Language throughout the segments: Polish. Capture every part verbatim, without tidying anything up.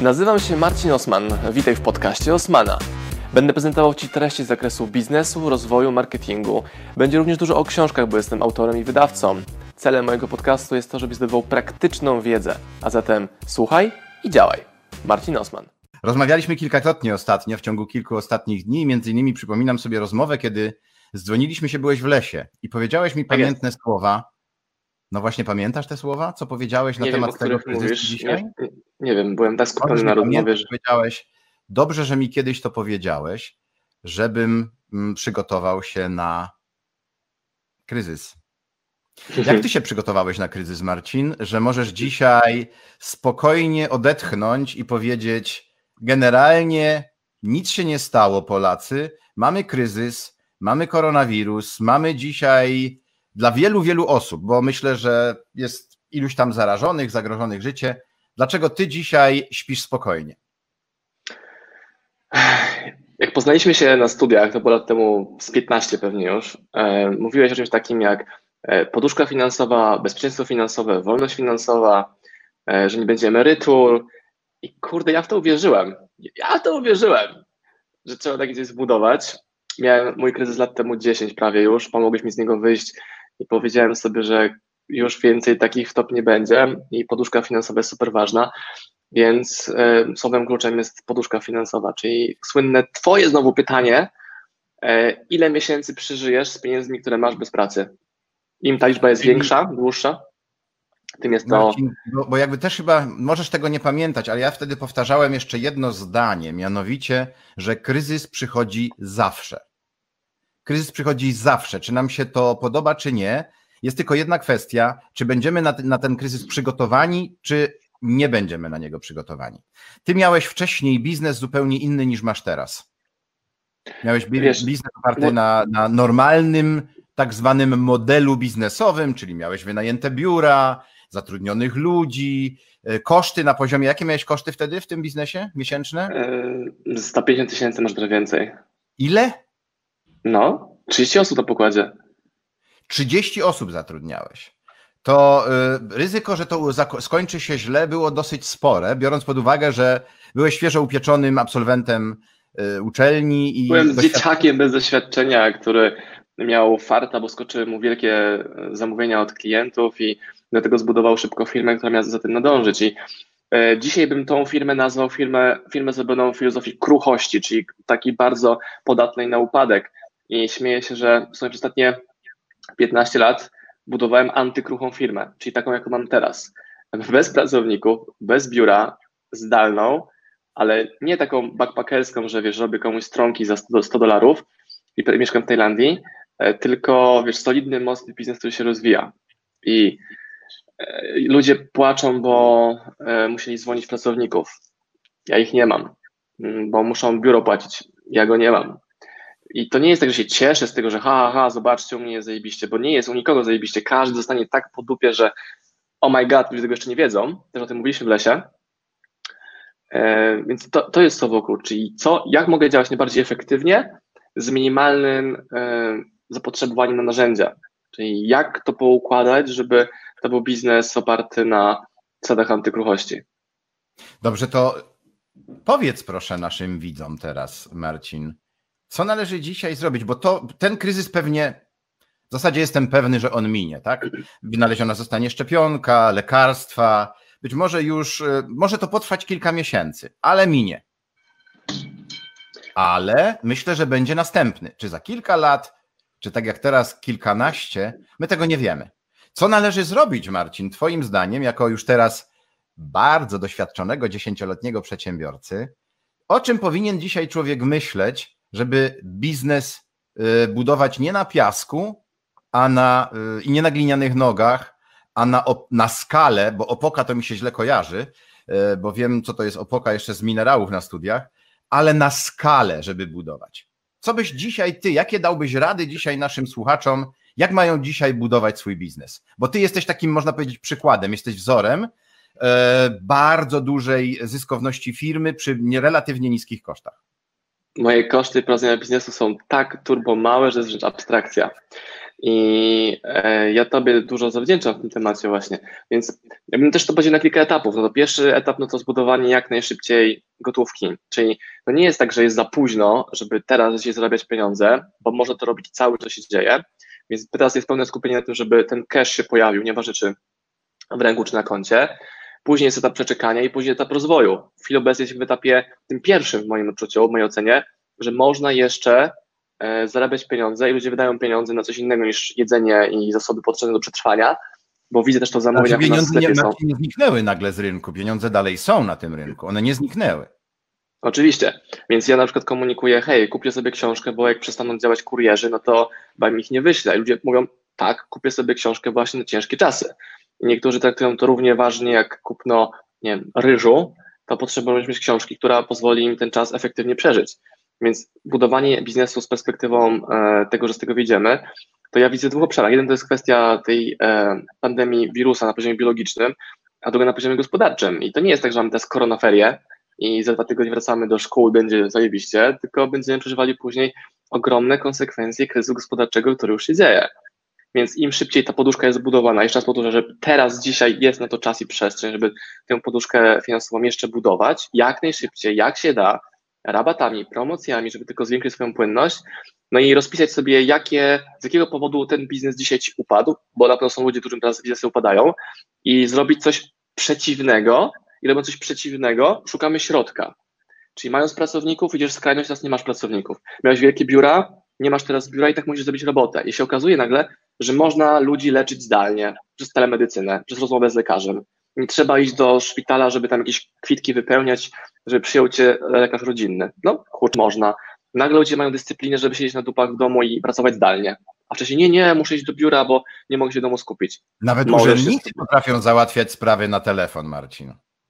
Nazywam się Marcin Osman, witaj w podcaście Osmana. Będę prezentował Ci treści z zakresu biznesu, rozwoju, marketingu. Będzie również dużo o książkach, bo jestem autorem i wydawcą. Celem mojego podcastu jest to, żebyś zdobywał praktyczną wiedzę. A zatem słuchaj i działaj. Marcin Osman. Rozmawialiśmy kilkakrotnie ostatnio, w ciągu kilku ostatnich dni. Między innymi przypominam sobie rozmowę, kiedy zdzwoniliśmy się, byłeś w lesie i powiedziałeś mi pamiętne tak słowa. No właśnie, pamiętasz te słowa? Co powiedziałeś na nie temat wiem, tego kryzysu dzisiaj? Nie, nie, nie wiem, byłem tak skupiony na rozmowie, że... Powiedziałeś, dobrze, że mi kiedyś to powiedziałeś, żebym mm, przygotował się na kryzys. Jak ty się przygotowałeś na kryzys, Marcin, że możesz dzisiaj spokojnie odetchnąć i powiedzieć, generalnie nic się nie stało, Polacy, mamy kryzys, mamy koronawirus, mamy dzisiaj dla wielu, wielu osób, bo myślę, że jest iluś tam zarażonych, zagrożonych życie. Dlaczego ty dzisiaj śpisz spokojnie? Jak poznaliśmy się na studiach, to było lat temu z piętnaście pewnie już, e, mówiłeś o czymś takim jak e, poduszka finansowa, bezpieczeństwo finansowe, wolność finansowa, e, że nie będzie emerytur i kurde, ja w to uwierzyłem. Ja w to uwierzyłem, że trzeba takie coś zbudować. Miałem mój kryzys lat temu dziesięć prawie już, pomogłeś mi z niego wyjść i powiedziałem sobie, że już więcej takich wtop nie będzie i poduszka finansowa jest super ważna. Więc y, słowem kluczem jest poduszka finansowa, czyli słynne twoje znowu pytanie, y, ile miesięcy przeżyjesz z pieniędzmi, które masz bez pracy? Im ta liczba jest czyli... większa, dłuższa, tym jest to... Marcin, bo, bo jakby też chyba, możesz tego nie pamiętać, ale ja wtedy powtarzałem jeszcze jedno zdanie, mianowicie, że kryzys przychodzi zawsze. Kryzys przychodzi zawsze, czy nam się to podoba, czy nie. Jest tylko jedna kwestia, czy będziemy na, na ten kryzys przygotowani, czy nie będziemy na niego przygotowani. Ty miałeś wcześniej biznes zupełnie inny niż masz teraz. Miałeś Wiesz, biznes oparty bo... na, na normalnym, tak zwanym modelu biznesowym, czyli miałeś wynajęte biura, zatrudnionych ludzi, koszty na poziomie, jakie miałeś koszty wtedy w tym biznesie miesięczne? Yy, sto pięćdziesiąt tysięcy, może trochę więcej. Ile? No, trzydzieści osób na pokładzie. trzydzieści osób zatrudniałeś. To y, ryzyko, że to zako- skończy się źle, było dosyć spore, biorąc pod uwagę, że byłeś świeżo upieczonym absolwentem y, uczelni. I Byłem doświadcz... dzieciakiem bez doświadczenia, który miał farta, bo skoczyły mu wielkie zamówienia od klientów i dlatego zbudował szybko firmę, która miała za tym nadążyć. I y, dzisiaj bym tą firmę nazwał firmę, firmę zrobioną w filozofii kruchości, czyli takiej bardzo podatnej na upadek. I śmieję się, że w sumie przez ostatnie piętnaście lat budowałem antykruchą firmę, czyli taką, jaką mam teraz. Bez pracowników, bez biura, zdalną, ale nie taką backpackerską, że wiesz, robię komuś stronki za sto dolarów i mieszkam w Tajlandii, tylko wiesz, solidny, mocny biznes, który się rozwija. I ludzie płaczą, bo musieli zwolnić pracowników. Ja ich nie mam, bo muszą biuro płacić. Ja go nie mam. I to nie jest tak, że się cieszę z tego, że ha, ha, zobaczcie, u mnie jest zajebiście, bo nie jest u nikogo zajebiście. Każdy zostanie tak po dupie, że oh my god, ludzie tego jeszcze nie wiedzą. Też o tym mówiliśmy w lesie. E, więc to, to jest co wokół, czyli co, jak mogę działać najbardziej efektywnie z minimalnym e, zapotrzebowaniem na narzędzia. Czyli jak to poukładać, żeby to był biznes oparty na zasadach antykruchości. Dobrze, to powiedz proszę naszym widzom teraz, Marcin, co należy dzisiaj zrobić, bo to, ten kryzys pewnie, w zasadzie jestem pewny, że on minie, tak? Wynaleziona zostanie szczepionka, lekarstwa, być może już, może to potrwać kilka miesięcy, ale minie. Ale myślę, że będzie następny. Czy za kilka lat, czy tak jak teraz kilkanaście, my tego nie wiemy. Co należy zrobić, Marcin, twoim zdaniem, jako już teraz bardzo doświadczonego, dziesięcioletniego przedsiębiorcy, o czym powinien dzisiaj człowiek myśleć, żeby biznes budować nie na piasku, a na, i nie na glinianych nogach, a na, na skalę, bo opoka to mi się źle kojarzy, bo wiem, co to jest opoka jeszcze z minerałów na studiach, ale na skalę, żeby budować. Co byś dzisiaj ty, jakie dałbyś rady dzisiaj naszym słuchaczom, jak mają dzisiaj budować swój biznes? Bo ty jesteś takim, można powiedzieć, przykładem, jesteś wzorem e, bardzo dużej zyskowności firmy przy relatywnie niskich kosztach. Moje koszty prowadzenia biznesu są tak turbo małe, że jest wręcz abstrakcja. I ja Tobie dużo zawdzięczam w tym temacie właśnie, więc ja bym też to podzielił na kilka etapów. No to pierwszy etap, no to zbudowanie jak najszybciej gotówki, czyli to nie jest tak, że jest za późno, żeby teraz dzisiaj zarabiać pieniądze, bo może to robić cały czas się dzieje, więc teraz jest pełne skupienie na tym, żeby ten cash się pojawił, nieważne czy w ręku, czy na koncie. Później jest etap przeczekania i później etap rozwoju. W chwili obecnej jesteśmy w etapie tym pierwszym w moim odczuciu, w mojej ocenie, że można jeszcze e, zarabiać pieniądze i ludzie wydają pieniądze na coś innego niż jedzenie i zasoby potrzebne do przetrwania, bo widzę też to zamówienia, znaczy, pieniądze nie, są. nie zniknęły nagle z rynku, pieniądze dalej są na tym rynku, one nie zniknęły. Oczywiście, więc ja na przykład komunikuję, hej, kupię sobie książkę, bo jak przestaną działać kurierzy, no to wam ich nie wyślę. I ludzie mówią, tak, kupię sobie książkę właśnie na ciężkie czasy. I niektórzy traktują to równie ważnie jak kupno, nie wiem, ryżu, to potrzebują mieć książki, która pozwoli im ten czas efektywnie przeżyć. Więc budowanie biznesu z perspektywą e, tego, że z tego wyjdziemy, to ja widzę w dwóch obszarach. Jeden to jest kwestia tej e, pandemii wirusa na poziomie biologicznym, a druga na poziomie gospodarczym. I to nie jest tak, że mamy teraz koronaferię i za dwa tygodnie wracamy do szkół, będzie zajebiście, tylko będziemy przeżywali później ogromne konsekwencje kryzysu gospodarczego, który już się dzieje. Więc im szybciej ta poduszka jest zbudowana, jeszcze raz powtórzę, że teraz, dzisiaj jest na to czas i przestrzeń, żeby tę poduszkę finansową jeszcze budować, jak najszybciej, jak się da, rabatami, promocjami, żeby tylko zwiększyć swoją płynność, no i rozpisać sobie, jakie, z jakiego powodu ten biznes dzisiaj ci upadł, bo na pewno są ludzie, którym teraz biznesy upadają, i zrobić coś przeciwnego, i robiąc coś przeciwnego, szukamy środka. Czyli mając pracowników, idziesz w skrajność, teraz nie masz pracowników. Miałeś wielkie biura, nie masz teraz biura i tak musisz zrobić robotę. I się okazuje nagle, że można ludzi leczyć zdalnie, przez telemedycynę, przez rozmowę z lekarzem. Nie trzeba iść do szpitala, żeby tam jakieś kwitki wypełniać, żeby przyjął cię lekarz rodzinny. No, kurcz, można. Nagle ludzie mają dyscyplinę, żeby siedzieć na dupach w domu i pracować zdalnie. A wcześniej nie, nie, muszę iść do biura, bo nie mogę się w domu skupić. Nawet urzędnicy potrafią załatwiać sprawy na telefon, Marcin.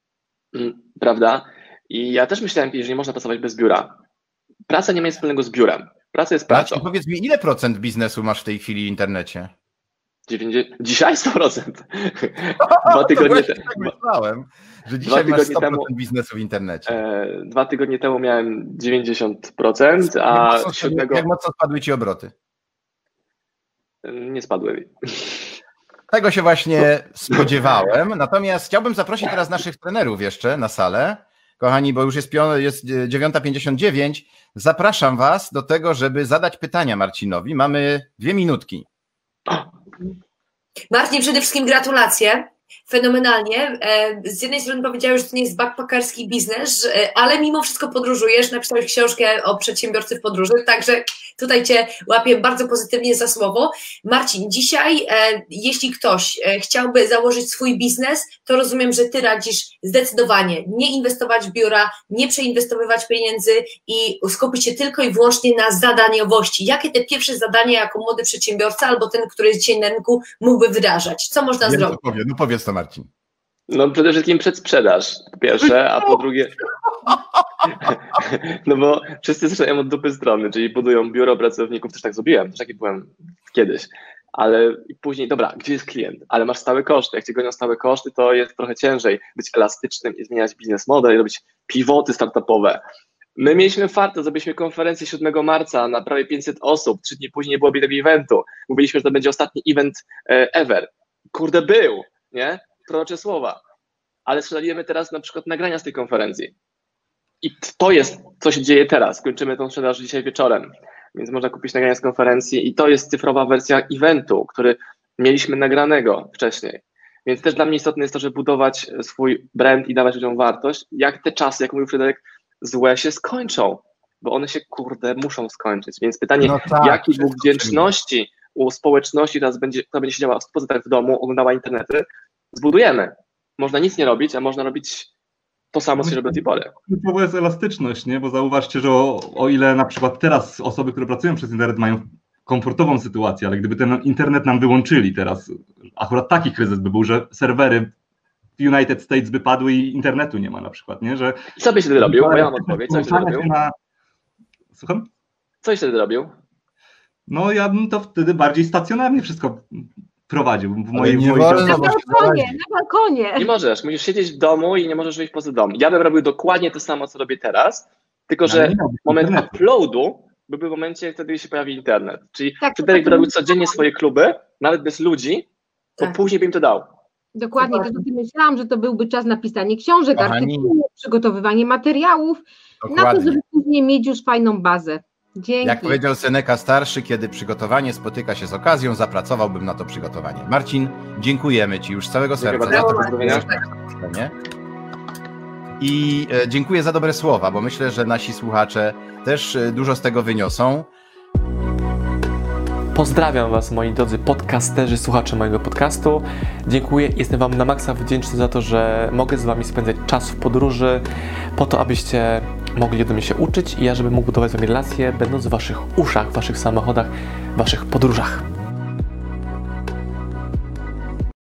Mm, prawda? I ja też myślałem, że nie można pracować bez biura. Praca nie ma nic wspólnego z biurem. Praca jest pracą. Marcin, powiedz mi, ile procent biznesu masz w tej chwili w internecie? dziewięćdziesiąt Dzisiaj sto procent. Dwa tygodnie temu. Tak myślałem, że dzisiaj masz sto procent temu, biznesu w internecie. E, dwa tygodnie temu miałem dziewięćdziesiąt procent, a jak mocno, siódmego... jak mocno spadły ci obroty? Nie spadły. Tego się właśnie spodziewałem. Natomiast chciałbym zaprosić teraz naszych trenerów jeszcze na salę. Kochani, bo już jest, jest dziewiąta pięćdziesiąt dziewięć. Zapraszam was do tego, żeby zadać pytania Marcinowi. Mamy dwie minutki. Marcin, przede wszystkim gratulacje. Fenomenalnie. Z jednej strony powiedziałeś, że to nie jest backpackerski biznes, ale mimo wszystko podróżujesz, napisałeś książkę o przedsiębiorcy w podróży, także tutaj cię łapię bardzo pozytywnie za słowo. Marcin, dzisiaj jeśli ktoś chciałby założyć swój biznes, to rozumiem, że ty radzisz zdecydowanie nie inwestować w biura, nie przeinwestowywać pieniędzy i skupić się tylko i wyłącznie na zadaniowości. Jakie te pierwsze zadania jako młody przedsiębiorca albo ten, który jest dzisiaj na rynku, mógłby wyrażać? Co można Wiem, zrobić? Co powie. No powiedz to, Marcin. No przede wszystkim przedsprzedaż, po pierwsze, a po drugie, no bo wszyscy zaczynają od dupy strony, czyli budują biuro pracowników, też tak zrobiłem, też taki byłem kiedyś, ale później, dobra, gdzie jest klient, ale masz stałe koszty, jak cię gonią stałe koszty, to jest trochę ciężej być elastycznym i zmieniać biznes model i robić pivoty startupowe. My mieliśmy fartę, zrobiliśmy konferencję siódmego marca na prawie pięćset osób, trzy dni później nie było tego eventu, mówiliśmy, że to będzie ostatni event ever, kurde był, nie? Prorocze słowa, ale sprzedajemy teraz na przykład nagrania z tej konferencji i to jest, co się dzieje teraz, kończymy tą sprzedaż dzisiaj wieczorem, więc można kupić nagrania z konferencji i to jest cyfrowa wersja eventu, który mieliśmy nagranego wcześniej, więc też dla mnie istotne jest to, żeby budować swój brand i dawać ludziom wartość, jak te czasy, jak mówił Fryderyk, złe się skończą, bo one się kurde muszą skończyć, więc pytanie, no tak, jaki dług wdzięczności u społeczności teraz będzie, która będzie siedziała w stu procentach w domu, oglądała internety, zbudujemy. Można nic nie robić, a można robić to samo, co się robi do tej pory. To jest elastyczność, nie? Bo zauważcie, że o, o ile na przykład teraz osoby, które pracują przez internet, mają komfortową sytuację, ale gdyby ten internet nam wyłączyli teraz, akurat taki kryzys by był, że serwery w United States by padły i internetu nie ma na przykład, nie? Że co byś wtedy robił? Bo ja mam odpowiedź. Co byś wtedy robił? Na... Słucham? Co byś wtedy robił? No ja bym to wtedy bardziej stacjonarnie wszystko prowadził. W mojej, nie w mojej wolno, na balkonie, na balkonie. Nie możesz, musisz siedzieć w domu i nie możesz wyjść poza dom. Ja bym robił dokładnie to samo, co robię teraz, tylko że moment uploadu byłby w momencie wtedy, gdy się pojawi internet. Czyli Tak, Fryderyk by tak. robił codziennie swoje kluby, nawet bez ludzi, to Tak. później by im to dał. Dokładnie, też o tym myślałam, że to byłby czas na pisanie książek, Kochani. artykułów, przygotowywanie materiałów, na to, Dokładnie. żeby później mieć już fajną bazę. Dzięki. Jak powiedział Seneca Starszy, kiedy przygotowanie spotyka się z okazją, zapracowałbym na to przygotowanie. Marcin, dziękujemy Ci już z całego Dziękuję serca bardzo. za to, Pozdrowienia. że I e, dziękuję za dobre słowa, bo myślę, że nasi słuchacze też e, dużo z tego wyniosą. Pozdrawiam Was, moi drodzy podcasterzy, słuchacze mojego podcastu. Dziękuję, jestem Wam na maksa wdzięczny za to, że mogę z Wami spędzać czas w podróży, po to, abyście mogli ode mnie się uczyć i ja, żebym mógł budować z Wami relacje, będąc w Waszych uszach, w Waszych samochodach, w Waszych podróżach.